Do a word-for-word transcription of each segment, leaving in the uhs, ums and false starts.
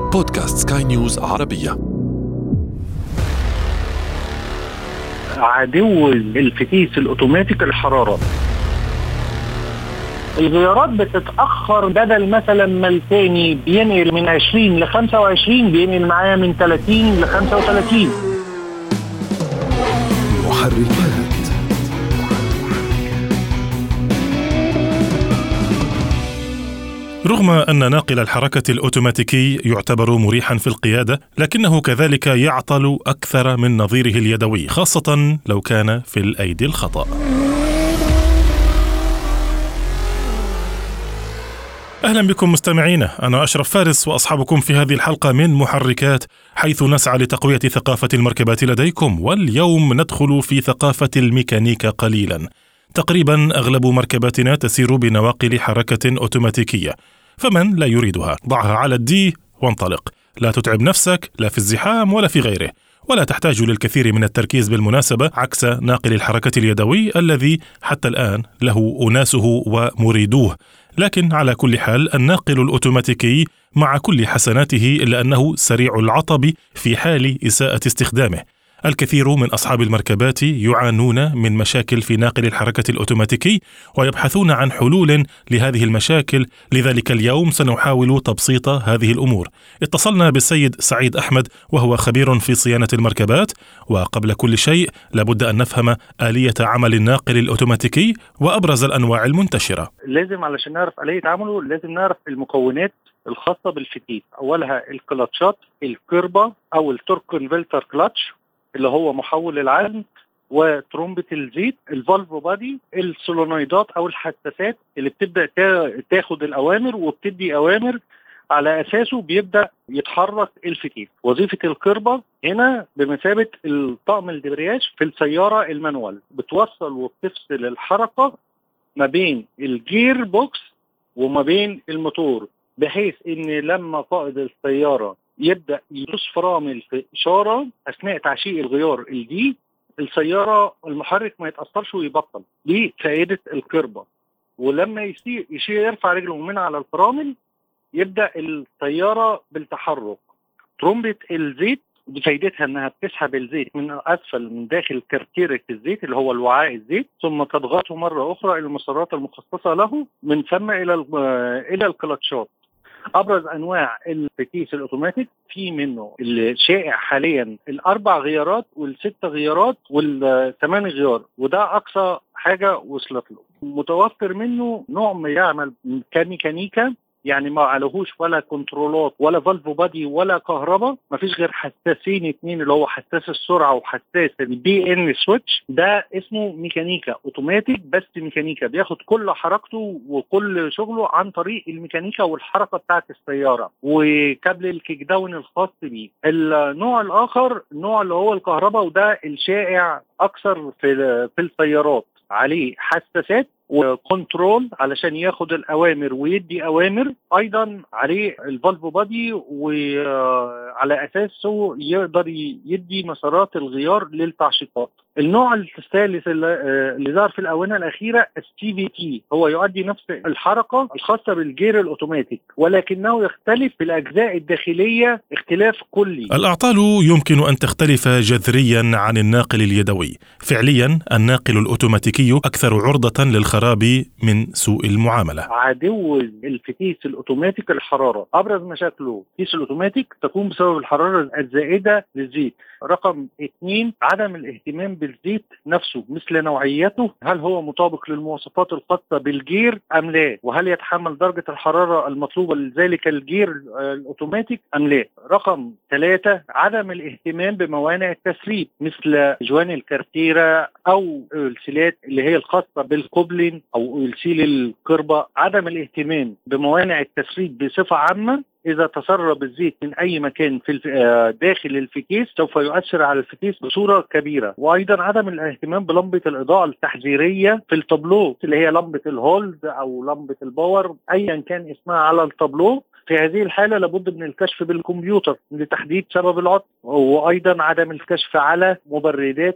بودكاست سكاي نيوز عربية. عدو الفتيس الأوتوماتيك الحرارة. الغيارات بتتأخر، بدل مثلا ما الثاني بينقل من عشرين ل خمسة وعشرين بينقل معايا من ثلاثين ل خمسة وثلاثين. محركات. رغم أن ناقل الحركة الأوتوماتيكي يعتبر مريحا في القيادة، لكنه كذلك يعطل أكثر من نظيره اليدوي، خاصة لو كان في الأيدي الخطأ. أهلا بكم مستمعينا، أنا أشرف فارس وأصحابكم في هذه الحلقة من محركات، حيث نسعى لتقوية ثقافة المركبات لديكم. واليوم ندخل في ثقافة الميكانيكا قليلا. تقريبا أغلب مركباتنا تسير بنواقل حركة أوتوماتيكية، فمن لا يريدها ضعها على الدي وانطلق، لا تتعب نفسك لا في الزحام ولا في غيره، ولا تحتاج للكثير من التركيز بالمناسبة، عكس ناقل الحركة اليدوي الذي حتى الآن له أناسه ومريدوه. لكن على كل حال الناقل الأوتوماتيكي مع كل حسناته إلا أنه سريع العطب في حال إساءة استخدامه. الكثير من أصحاب المركبات يعانون من مشاكل في ناقل الحركة الأوتوماتيكي ويبحثون عن حلول لهذه المشاكل، لذلك اليوم سنحاول تبسيط هذه الأمور. اتصلنا بالسيد سعيد أحمد وهو خبير في صيانة المركبات. وقبل كل شيء لابد أن نفهم آلية عمل الناقل الأوتوماتيكي وأبرز الأنواع المنتشرة. لازم علشان نعرف آلية عمله لازم نعرف المكونات الخاصة بالفتيس. أولها الكلاتشات، الكيربا أو التورك كونفرتر كلاتش اللي هو محول العزم، وترومبة الزيت، الفالفو بادي، السولونويدات أو الحساسات اللي بتبدأ تاخد الأوامر وبتدي أوامر على أساسه بيبدأ يتحرك الفتيس. وظيفة الكيربا هنا بمثابة الطقم الدبرياج في السيارة المانوال، بتوصل وبتفصل الحركة ما بين الجير بوكس وما بين الموتور، بحيث ان لما قائد السيارة يبدأ يدوس فرامل في إشارة أثناء تعشيق الغيار الدي، السيارة المحرك ما يتأثرش ويبطل. دي فائدة الكيربا. ولما يصير يشير يرفع رجله من على الفرامل يبدأ السيارة بالتحرك. ترومبة الزيت دي فايدتها انها بتسحب الزيت من اسفل من داخل كرتيرة الزيت اللي هو الوعاء الزيت، ثم تضغطه مرة اخرى الى المسارات المخصصة له من ثم الى الى الكلاتشات. ابرز انواع الفتيس الاوتوماتيك في منه الشائع حاليا الاربع غيارات والست غيارات والثمان غيار، وده اقصى حاجة وصلت له. متوفر منه نوع ما يعمل كميكانيكا، يعني ما عليهوش ولا كنترولات ولا فالفو بادي ولا كهرباء، ما فيش غير حساسين اتنين اللي هو حساس السرعة وحساس البي ان سويتش. ده اسمه ميكانيكا اوتوماتيك، بس ميكانيكا بياخد كل حركته وكل شغله عن طريق الميكانيكا والحركة بتاعت السيارة وكابل الكيك داون الخاص بيه. النوع الاخر النوع اللي هو الكهرباء، وده الشائع اكثر في في السيارات، عليه حساسات وكنترول علشان ياخد الأوامر ويدي أوامر، أيضا عليه الفالفو بادي وعلى أساسه يقدر يدي مسارات الغيار للتعشيقات. النوع الثالث اللي ظهر في الآونة الأخيرة السي في تي، هو يؤدي نفس الحركة الخاصة بالجير الأوتوماتيك، ولكنه يختلف في الأجزاء الداخلية اختلاف كلي. الأعطال يمكن أن تختلف جذريا عن الناقل اليدوي. فعليا الناقل الأوتوماتيكي أكثر عرضة للخراب من سوء المعاملة. عدو الفتيس الأوتوماتيك الحرارة. أبرز مشاكله الفتيس الأوتوماتيك تكون بسبب الحرارة الزائدة للزيت. رقم اثنين عدم الاهتمام بالزيت نفسه، مثل نوعيته، هل هو مطابق للمواصفات الخاصة بالجير أم لا، وهل يتحمل درجة الحرارة المطلوبة لذلك الجير الأوتوماتيك أم لا. رقم ثلاثة عدم الاهتمام بموانع التسريب، مثل جوان الكارتيرة أو السيلات اللي هي الخاصة بالكوبلين أو السيل الكربة. عدم الاهتمام بموانع التسريب بصفة عامة، إذا تسرب الزيت من أي مكان في داخل الفتيس سوف يؤثر على الفتيس بصورة كبيرة. وأيضا عدم الاهتمام بلمبة الإضاءة التحذيرية في التابلو، اللي هي لمبة الهولد أو لمبة الباور أيا كان اسمها على التابلو، في هذه الحالة لابد من الكشف بالكمبيوتر لتحديد سبب العطل، وأيضا عدم الكشف على مبردات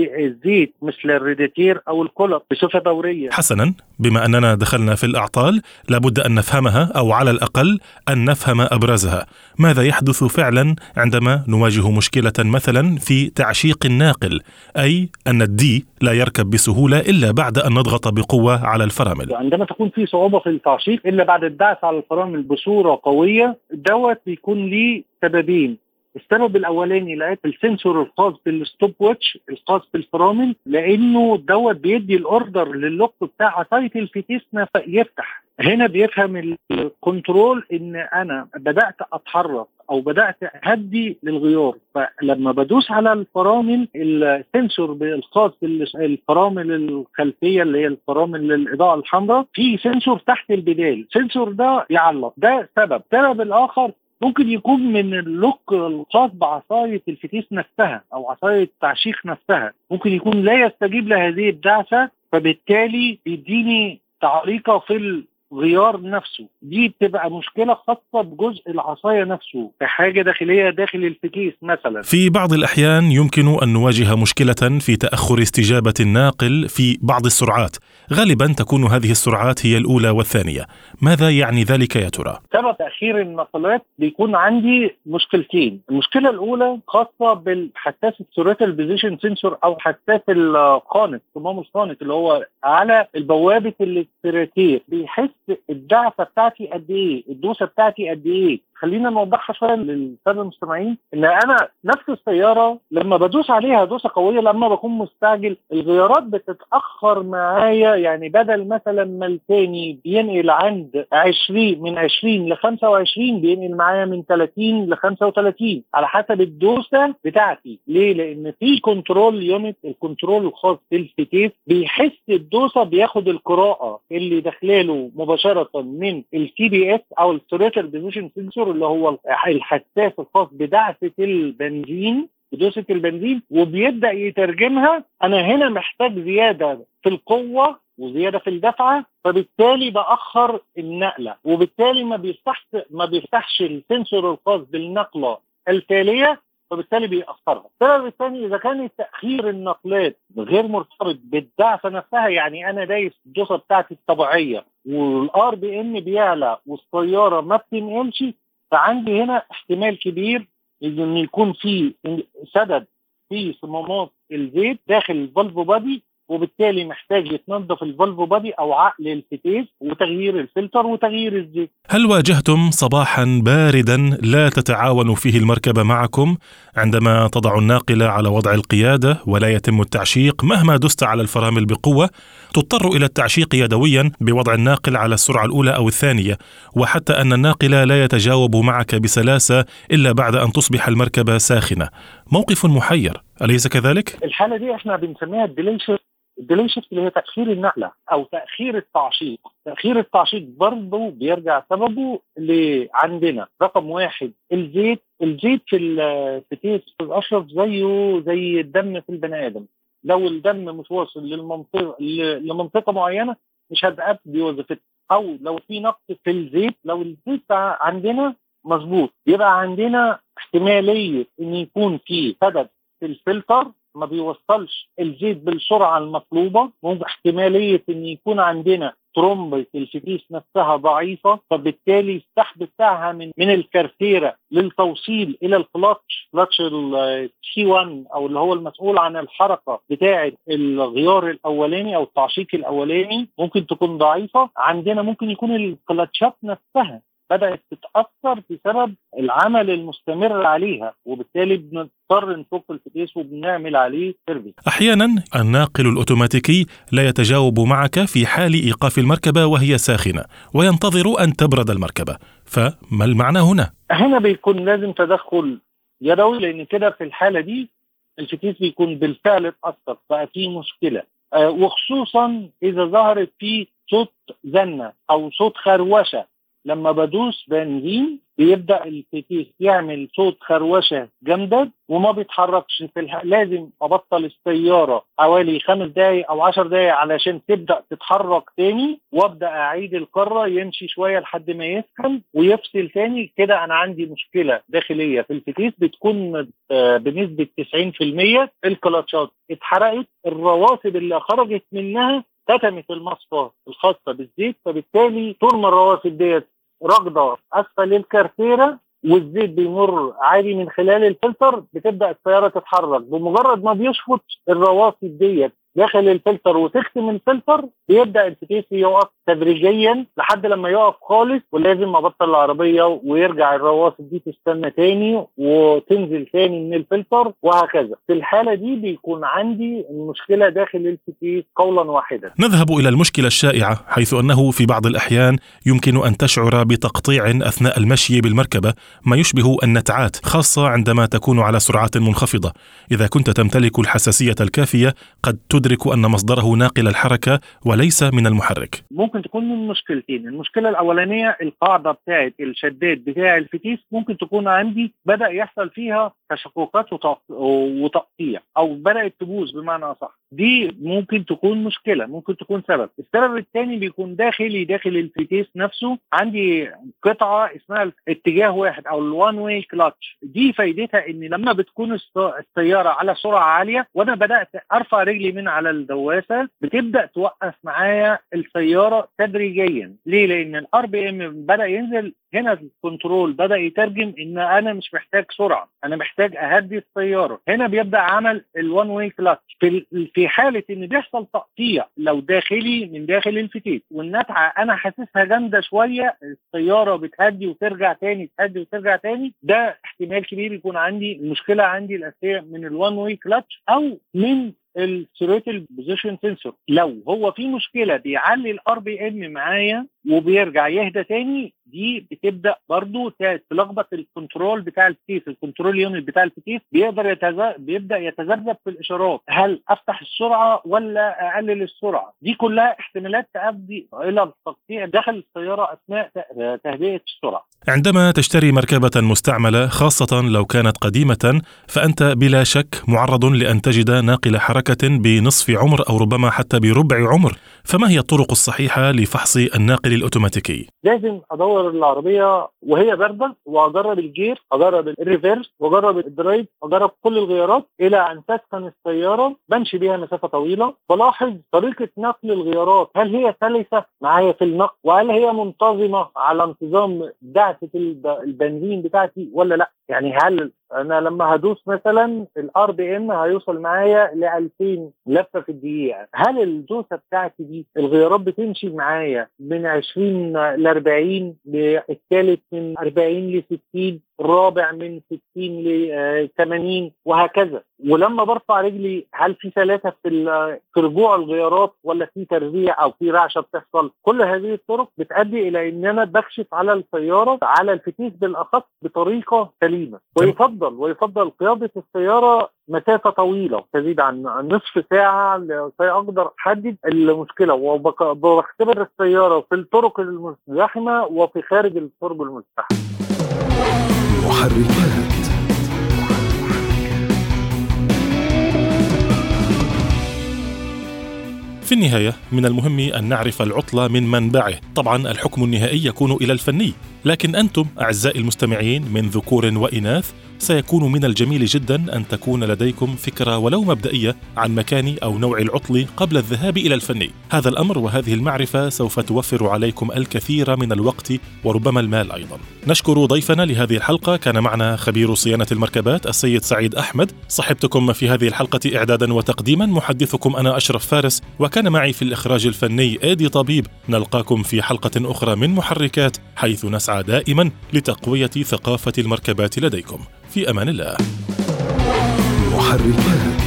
الزيت مثل الريداتير أو الكولر بصفة دورية. حسنا، بما أننا دخلنا في الأعطال لابد أن نفهمها، أو على الأقل أن نفهم أبرزها. ماذا يحدث فعلا عندما نواجه مشكلة مثلا في تعشيق الناقل، أي أن الدي لا يركب بسهولة إلا بعد أن نضغط بقوة على الفرامل؟ عندما تكون في صعوبة في التعشيق إلا بعد الدعس على الفرامل بصورة قوية، دوت بيكون ليه سببين. السبب الاولاني لقيت السنسور الخاص بالستوب واتش الخاص بالفرامل، لانه دوت بيدي الاوردر للوك بتاع عصايه الفتيس يفتح. هنا بيفهم الكنترول ان انا بدات اتحرك او بدات اهدي للغيار، فلما بدوس على الفرامل السنسور الخاص بالفرامل الخلفيه اللي هي الفرامل الاضاءه الحمراء، في سنسور تحت البدال، السنسور ده يعلق. ده سبب. السبب الاخر ممكن يكون من اللوك الخاص بعصاية الفتيس نفسها أو عصاية التعشيق نفسها، ممكن يكون لا يستجيب لهذه الدعسة، فبالتالي بيديني تعليقة في الغيار نفسه. دي بتبقى مشكلة خاصة بجزء العصاية نفسه كحاجة داخلية داخل الفتيس مثلا. في بعض الأحيان يمكن أن نواجه مشكلة في تأخر استجابة الناقل في بعض السرعات، غالبا تكون هذه السرعات هي الأولى والثانية. ماذا يعني ذلك يا ترى؟ سبب تأخير النقلات بيكون عندي مشكلتين. المشكلة الأولى خاصة بالحساس السوريتال بوزيشن سنسور أو حساس القانت، صمام القانت اللي هو على البوابة الاستراتير، بيحس الدعسة بتاعتي قد ايه، الدوسة بتاعتي قد ايه. خلينا نوضحها شويه للساده المستمعين ان انا نفس السياره لما بدوس عليها دوسه قويه لما بكون مستعجل الغيارات بتتاخر معايا، يعني بدل مثلا ما الثاني بينقل عند عشرين من عشرين ل خمسة وعشرين بينقل معايا من ثلاثين ل خمسة وثلاثين على حسب الدوسه بتاعتي. ليه؟ لان في كنترول يونت، الكنترول الخاص بالفتيس بيحس الدوسه، بياخد القراءه اللي داخلاله مباشره من السي بي اس او السوريتال بوزيشن سنسور اللي هو الحساس الخاص بدعسة البنزين بدوسة البنزين، وبيبدأ يترجمها أنا هنا محتاج زيادة في القوة وزيادة في الدفعة، فبالتالي بأخر النقلة، وبالتالي ما بيفتحش ما بيفتحش السنسور الخاص بالنقلة التالية، فبالتالي بيأخرها. السبب الثاني إذا كان تأخير النقلات غير مرتبط بالدعسة نفسها، يعني أنا دايس الدوسة بتاعتي الطبيعية والار بي ام بيعلى والسيارة ما بتنقلش، فعندي هنا احتمال كبير ان يكون في سدد في صمامات الزيت داخل الفالفو بادي، وبالتالي محتاج يتنظف الفالفو بادي او عقل الفتيس وتغيير الفلتر وتغيير الزيت. هل واجهتم صباحا باردا لا تتعاون فيه المركبة معكم عندما تضع الناقلة على وضع القيادة ولا يتم التعشيق؟ مهما دست على الفرامل بقوة تضطر إلى التعشيق يدويا بوضع الناقل على السرعة الأولى أو الثانية، وحتى أن الناقل لا يتجاوب معك بسلاسة إلا بعد أن تصبح المركبة ساخنة. موقف محير، أليس كذلك؟ الحالة دي احنا بنسميها الديلي شيفت. الديلي شيفت اللي هي تأخير النقلة أو تأخير التعشيق. تأخير التعشيق برضه بيرجع سببه اللي عندنا رقم واحد الزيت. الزيت في الفتيس في الأشرف زيه زي الدم في البني آدم. لو الدم مش واصل للمنطقة لمنطقة معينة مش هتبقى بوظيفتها، أو لو في نقص في الزيت، لو الزيت عندنا مظبوط يبقى عندنا احتمالية إن يكون في سدد في الفلتر ما بيوصلش الزيت بالسرعة المطلوبة، ممكن احتمالية ان يكون عندنا ترومبة الفتيس نفسها ضعيفة، فبالتالي السحب بتاعها من من الكارتيرة للتوصيل الى الكلاتش كلاتش السي واحد او اللي هو المسؤول عن الحركة بتاعة الغيار الاولاني او التعشيق الاولاني ممكن تكون ضعيفة عندنا. ممكن يكون الكلاتشات نفسها بدأت تتأثر بسبب العمل المستمر عليها، وبالتالي بنضطر نفك الفتيس وبنعمل عليه سيرفيس. أحيانا الناقل الأوتوماتيكي لا يتجاوب معك في حال إيقاف المركبة وهي ساخنة وينتظر أن تبرد المركبة، فما المعنى هنا؟ هنا بيكون لازم تدخل يدوي، لأن كده في الحالة دي الفتيس بيكون بالفعل اتأثر، بقى فيه مشكلة، آه وخصوصا إذا ظهرت فيه صوت زنة أو صوت خروشة لما بدوس بنزين بيبدأ الفتيس يعمل صوت خروشة جامدة وما بيتحركش. في الح... لازم أبطل السيارة حوالي خمس دقايق أو عشر دقايق علشان تبدأ تتحرك تاني، وأبدأ أعيد الكرة يمشي شوية لحد ما يسخن ويفصل تاني. كده أنا عندي مشكلة داخلية في الفتيس بتكون بنسبة تسعين بالمية. الكلاتشات اتحرقت، الرواسب اللي خرجت منها كتمت المصفى الخاصة بالزيت، فبالتالي طول ما الرواسب ديت راكده اسفل الكارتيره والزيت بيمر عادي من خلال الفلتر، بتبدا السياره تتحرك. بمجرد ما بيشفط الرواسب ديت داخل الفلتر وتختم الفلتر بيبدا الفتيس يقف تدريجيا لحد لما يقف خالص، ولازم ابطل العربيه ويرجع الرواسب دي تستنى تاني وتنزل تاني من الفلتر وهكذا. في الحاله دي بيكون عندي المشكله داخل الفتيس قولا واحدا. نذهب الى المشكله الشائعه، حيث انه في بعض الاحيان يمكن ان تشعر بتقطيع اثناء المشي بالمركبه، ما يشبه النتعات، خاصه عندما تكون على سرعات منخفضه. اذا كنت تمتلك الحساسيه الكافيه قد تدرك ان مصدره ناقل الحركه وليس من المحرك. ممكن تكون من مشكلتين. المشكله الاولانيه القاعده بتاعه الشداد بتاع الفتيس ممكن تكون عندي بدا يحصل فيها تشققات وتقطيع او بدات تبوظ بمعنى اصح. دي ممكن تكون مشكله، ممكن تكون سبب. السبب الثاني بيكون داخلي داخل الفتيس نفسه عندي قطعه اسمها اتجاه واحد او الوان واي كلاتش. دي فايدتها ان لما بتكون السياره على سرعه عاليه وانا بدات ارفع رجلي من على الدواسه بتبدا توقف معايا السياره تدريجيا. ليه؟ لان الار بي ام بدا ينزل. هنا الكنترول بدا يترجم ان انا مش محتاج سرعه، انا محتاج اهدي السياره. هنا بيبدا عمل الوان واي كلاتش. في في حاله ان بيحصل تقطيع لو داخلي من داخل الفتيس والنتعه انا حاسسها جامده شويه، السياره بتهدي وترجع تاني، تهدي وترجع تاني، ده احتمال كبير يكون عندي المشكله عندي الاساسيه من الوان واي كلاتش او من الثروتل بوزيشن سنسور. لو هو في مشكله بيعلي الار بي ام معايا وبيرجع يهدى تاني، دي بتبدا برضو تلخبط الكنترول بتاع الفتيس. الكنترول يونت بتاع الفتيس بيقدر يتز... بيبدا يتذبذب في الاشارات، هل افتح السرعه ولا اقلل السرعه. دي كلها احتمالات تؤدي الى التقطيع داخل السياره اثناء تهدئه السرعه. عندما تشتري مركبه مستعمله خاصه لو كانت قديمه، فانت بلا شك معرض لان تجد ناقل حركه بنصف عمر او ربما حتى بربع عمر. فما هي الطرق الصحيحه لفحص الناقل الأوتوماتيكي؟ لازم أدور العربية وهي باردة وأجرب الجير، أجرب الريفيرس، وأجرب الدرايف، أجرب كل الغيارات إلى أن تسخن السيارة. بمشي بيها مسافة طويلة، بلاحظ طريقة نقل الغيارات، هل هي سلسة معايا في النقل، وهل هي منتظمة على انتظام دعسة البنزين بتاعتي ولا لا. يعني هل أنا لما هدوس مثلا الار بي ام هيوصل معايا ل ألفين لفة في الدقيقة، هل الدوسة بتاعتي دي الغيارات بتمشي معايا من عشرين ل أربعين، الثالث من أربعين ل ستين، الرابع من ستين ل ثمانين وهكذا. ولما برفع رجلي هل في ثلاثة في في رجوع الغيارات ولا في ترزيع او في رعشة بتحصل. كل هذه الطرق بتؤدي الى ان انا بكشف على السيارة على الفتيس بالاخص بطريقة سليمة. ويفضل ويفضل قيادة السيارة مسافة طويلة تزيد عن نصف ساعة اقدر احدد المشكلة، وبختبر السيارة في الطرق المزدحمة وفي خارج الطرق المزدحمة. محركات. في النهاية من المهم أن نعرف العطلة من منبعه. طبعا الحكم النهائي يكون إلى الفني، لكن أنتم أعزائي المستمعين من ذكور وإناث سيكون من الجميل جدا أن تكون لديكم فكرة ولو مبدئية عن مكان أو نوع العطل قبل الذهاب إلى الفني. هذا الأمر وهذه المعرفة سوف توفر عليكم الكثير من الوقت وربما المال أيضا. نشكر ضيفنا لهذه الحلقة، كان معنا خبير صيانة المركبات السيد سعيد أحمد. صحبتكم في هذه الحلقة إعدادا وتقديما محدثكم أنا أشرف فارس، وكان معي في الإخراج الفني آدي طبيب. نلقاكم في حلقة أخرى من محركات، حيث نسعى دائما لتقوية ثقافة المركبات لديكم. في أمان الله. محركات.